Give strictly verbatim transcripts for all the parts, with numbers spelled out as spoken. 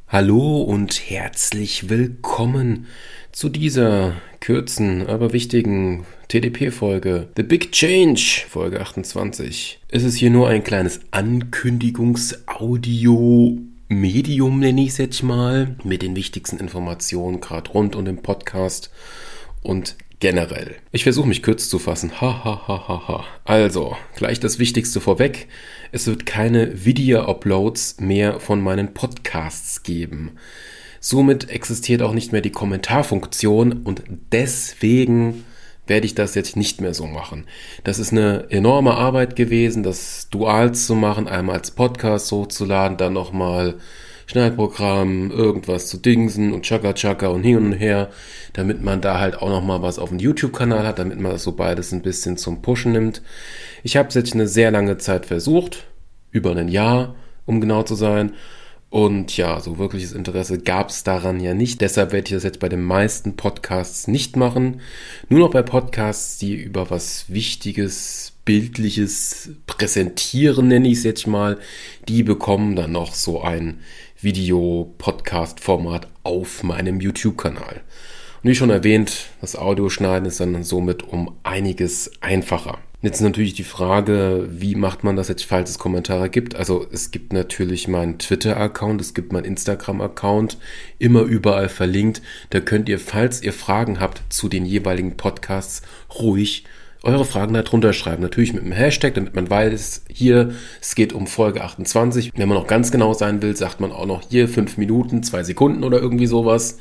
Hallo und herzlich willkommen zu dieser kurzen, aber wichtigen T D P-Folge. The Big Change, Folge achtundzwanzig. Es ist hier nur ein kleines Ankündigungsaudio-Medium, nenne ich es jetzt mal, mit den wichtigsten Informationen gerade rund um den Podcast und generell. Ich versuche mich kurz zu fassen. Ha, ha, ha, ha, ha. Also, gleich das Wichtigste vorweg. Es wird keine Video-Uploads mehr von meinen Podcasts geben. Somit existiert auch nicht mehr die Kommentarfunktion und deswegen werde ich das jetzt nicht mehr so machen. Das ist eine enorme Arbeit gewesen, das dual zu machen, einmal als Podcast hochzuladen, dann nochmal Schneidprogramm, irgendwas zu dingsen und Chaka Chaka und hin und her, damit man da halt auch nochmal was auf dem YouTube-Kanal hat, damit man das so beides ein bisschen zum Pushen nimmt. Ich habe es jetzt eine sehr lange Zeit versucht, über ein Jahr, um genau zu sein. Und ja, so wirkliches Interesse gab es daran ja nicht. Deshalb werde ich das jetzt bei den meisten Podcasts nicht machen. Nur noch bei Podcasts, die über was Wichtiges, Bildliches präsentieren, nenne ich es jetzt mal. Die bekommen dann noch so ein Video-Podcast-Format auf meinem YouTube-Kanal. Und wie schon erwähnt, das Audioschneiden ist dann somit um einiges einfacher. Jetzt ist natürlich die Frage, wie macht man das jetzt, falls es Kommentare gibt? Also es gibt natürlich meinen Twitter-Account, es gibt meinen Instagram-Account, immer überall verlinkt. Da könnt ihr, falls ihr Fragen habt zu den jeweiligen Podcasts, ruhig eure Fragen da drunter schreiben. Natürlich mit einem Hashtag, damit man weiß, hier, es geht um Folge achtundzwanzig. Wenn man noch ganz genau sein will, sagt man auch noch hier fünf Minuten, zwei Sekunden oder irgendwie sowas.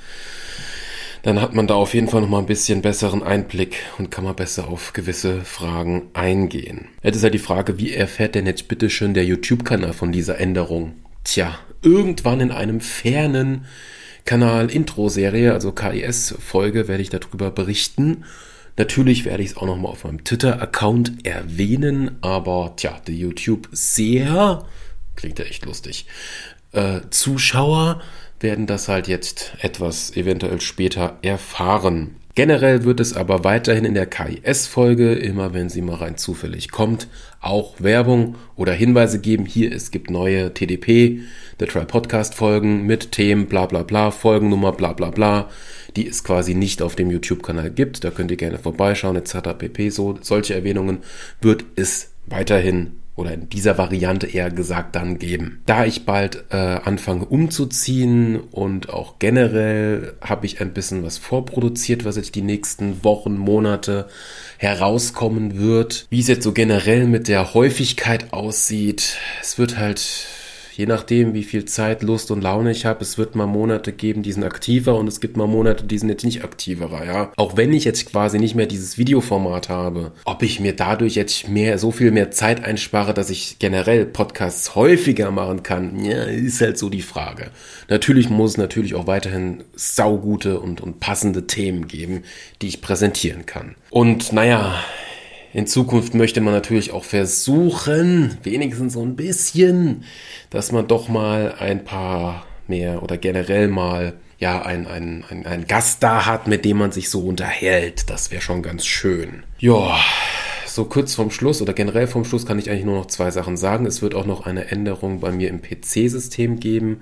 Dann hat man da auf jeden Fall nochmal ein bisschen besseren Einblick und kann mal besser auf gewisse Fragen eingehen. Jetzt ist halt die Frage, wie erfährt denn jetzt bitteschön der YouTube-Kanal von dieser Änderung? Tja, irgendwann in einem fernen Kanal-Intro-Serie, also K I S-Folge, werde ich darüber berichten. Natürlich werde ich es auch nochmal auf meinem Twitter-Account erwähnen, aber tja, die YouTube-Seher, klingt ja echt lustig, äh, Zuschauer werden das halt jetzt etwas eventuell später erfahren. Generell wird es aber weiterhin in der K I S-Folge, immer wenn sie mal rein zufällig kommt, auch Werbung oder Hinweise geben. Hier, es gibt neue T D P, The Try Podcast-Folgen mit Themen, bla bla bla, Folgennummer, bla bla bla, die es quasi nicht auf dem YouTube-Kanal gibt. Da könnt ihr gerne vorbeischauen, et cetera pp. So, solche Erwähnungen wird es weiterhin oder in dieser Variante eher gesagt dann geben. Da ich bald äh, anfange umzuziehen und auch generell habe ich ein bisschen was vorproduziert, was jetzt die nächsten Wochen, Monate herauskommen wird. Wie es jetzt so generell mit der Häufigkeit aussieht, es wird halt, je nachdem wie viel Zeit, Lust und Laune ich habe, es wird mal Monate geben, die sind aktiver und es gibt mal Monate, die sind jetzt nicht aktiver, ja. Auch wenn ich jetzt quasi nicht mehr dieses Videoformat habe, ob ich mir dadurch jetzt mehr, so viel mehr Zeit einspare, dass ich generell Podcasts häufiger machen kann, ja, ist halt so die Frage. Natürlich muss es natürlich auch weiterhin saugute und, und passende Themen geben, die ich präsentieren kann. Und naja, in Zukunft möchte man natürlich auch versuchen, wenigstens so ein bisschen, dass man doch mal ein paar mehr oder generell mal ja ein, ein, ein, ein Gast da hat, mit dem man sich so unterhält. Das wäre schon ganz schön. Ja, so kurz vorm Schluss oder generell vorm Schluss kann ich eigentlich nur noch zwei Sachen sagen. Es wird auch noch eine Änderung bei mir im P C-System geben.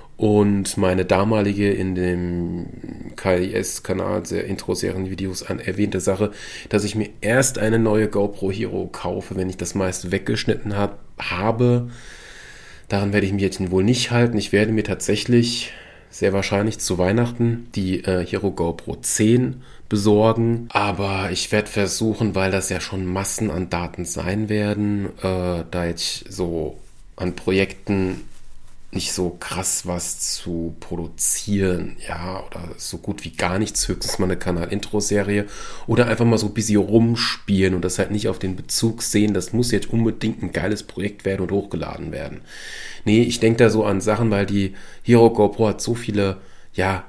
Und meine damalige in dem K I S-Kanal, sehr Intro-Serien-Videos an erwähnte Sache, dass ich mir erst eine neue GoPro Hero kaufe, wenn ich das meiste weggeschnitten hab, habe. Daran werde ich mich jetzt wohl nicht halten. Ich werde mir tatsächlich sehr wahrscheinlich zu Weihnachten die äh, Hero GoPro zehn besorgen. Aber ich werde versuchen, weil das ja schon Massen an Daten sein werden, äh, da jetzt so an Projekten nicht so krass was zu produzieren, ja, oder so gut wie gar nichts, höchstens mal eine Kanal-Intro-Serie oder einfach mal so ein bisschen rumspielen und das halt nicht auf den Bezug sehen, das muss jetzt unbedingt ein geiles Projekt werden und hochgeladen werden. Nee, ich denke da so an Sachen, weil die Hero GoPro hat so viele, ja,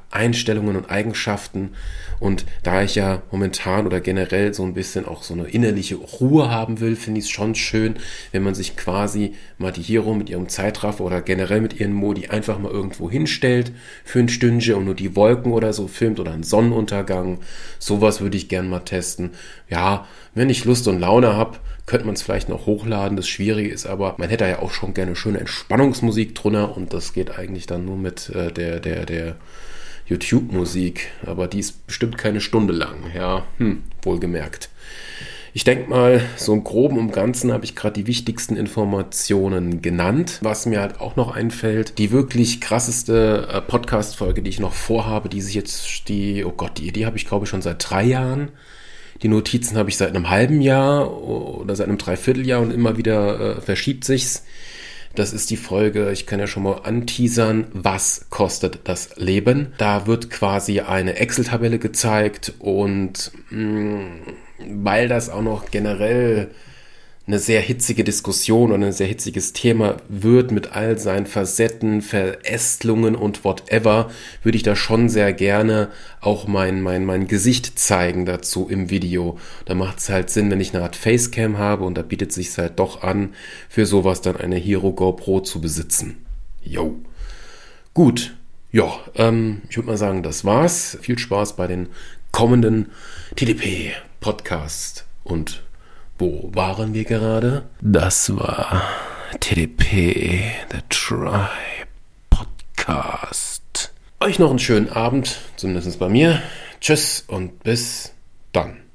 Einstellungen und Eigenschaften. Und da ich ja momentan oder generell so ein bisschen auch so eine innerliche Ruhe haben will, finde ich es schon schön, wenn man sich quasi mal die Hero mit ihrem Zeitraffer oder generell mit ihren Modi einfach mal irgendwo hinstellt für ein Stündchen und nur die Wolken oder so filmt oder einen Sonnenuntergang. Sowas würde ich gern mal testen. Ja, wenn ich Lust und Laune habe, könnte man es vielleicht noch hochladen. Das Schwierige ist aber, man hätte ja auch schon gerne schöne Entspannungsmusik drunter und das geht eigentlich dann nur mit äh, der, der, der YouTube-Musik. Aber die ist bestimmt keine Stunde lang. Ja, hm, wohlgemerkt. Ich denke mal, so im Groben und Ganzen habe ich gerade die wichtigsten Informationen genannt. Was mir halt auch noch einfällt, die wirklich krasseste äh, Podcast-Folge, die ich noch vorhabe, die sich jetzt, die, oh Gott, die Idee habe ich glaube ich schon seit drei Jahren. Die Notizen habe ich seit einem halben Jahr oder seit einem Dreivierteljahr und immer wieder äh, verschiebt sich's. Das ist die Folge, ich kann ja schon mal anteasern, was kostet das Leben? Da wird quasi eine Excel-Tabelle gezeigt und mh, weil das auch noch generell eine sehr hitzige Diskussion und ein sehr hitziges Thema wird mit all seinen Facetten, Verästelungen und whatever, würde ich da schon sehr gerne auch mein, mein, mein Gesicht zeigen dazu im Video. Da macht es halt Sinn, wenn ich eine Art Facecam habe und da bietet es sich halt doch an, für sowas dann eine Hero GoPro zu besitzen. Jo. Gut. Ja, ähm, ich würde mal sagen, das war's. Viel Spaß bei den kommenden T D P-Podcasts und wo waren wir gerade? Das war T D P, The Tribe Podcast. Euch noch einen schönen Abend, zumindest bei mir. Tschüss und bis dann.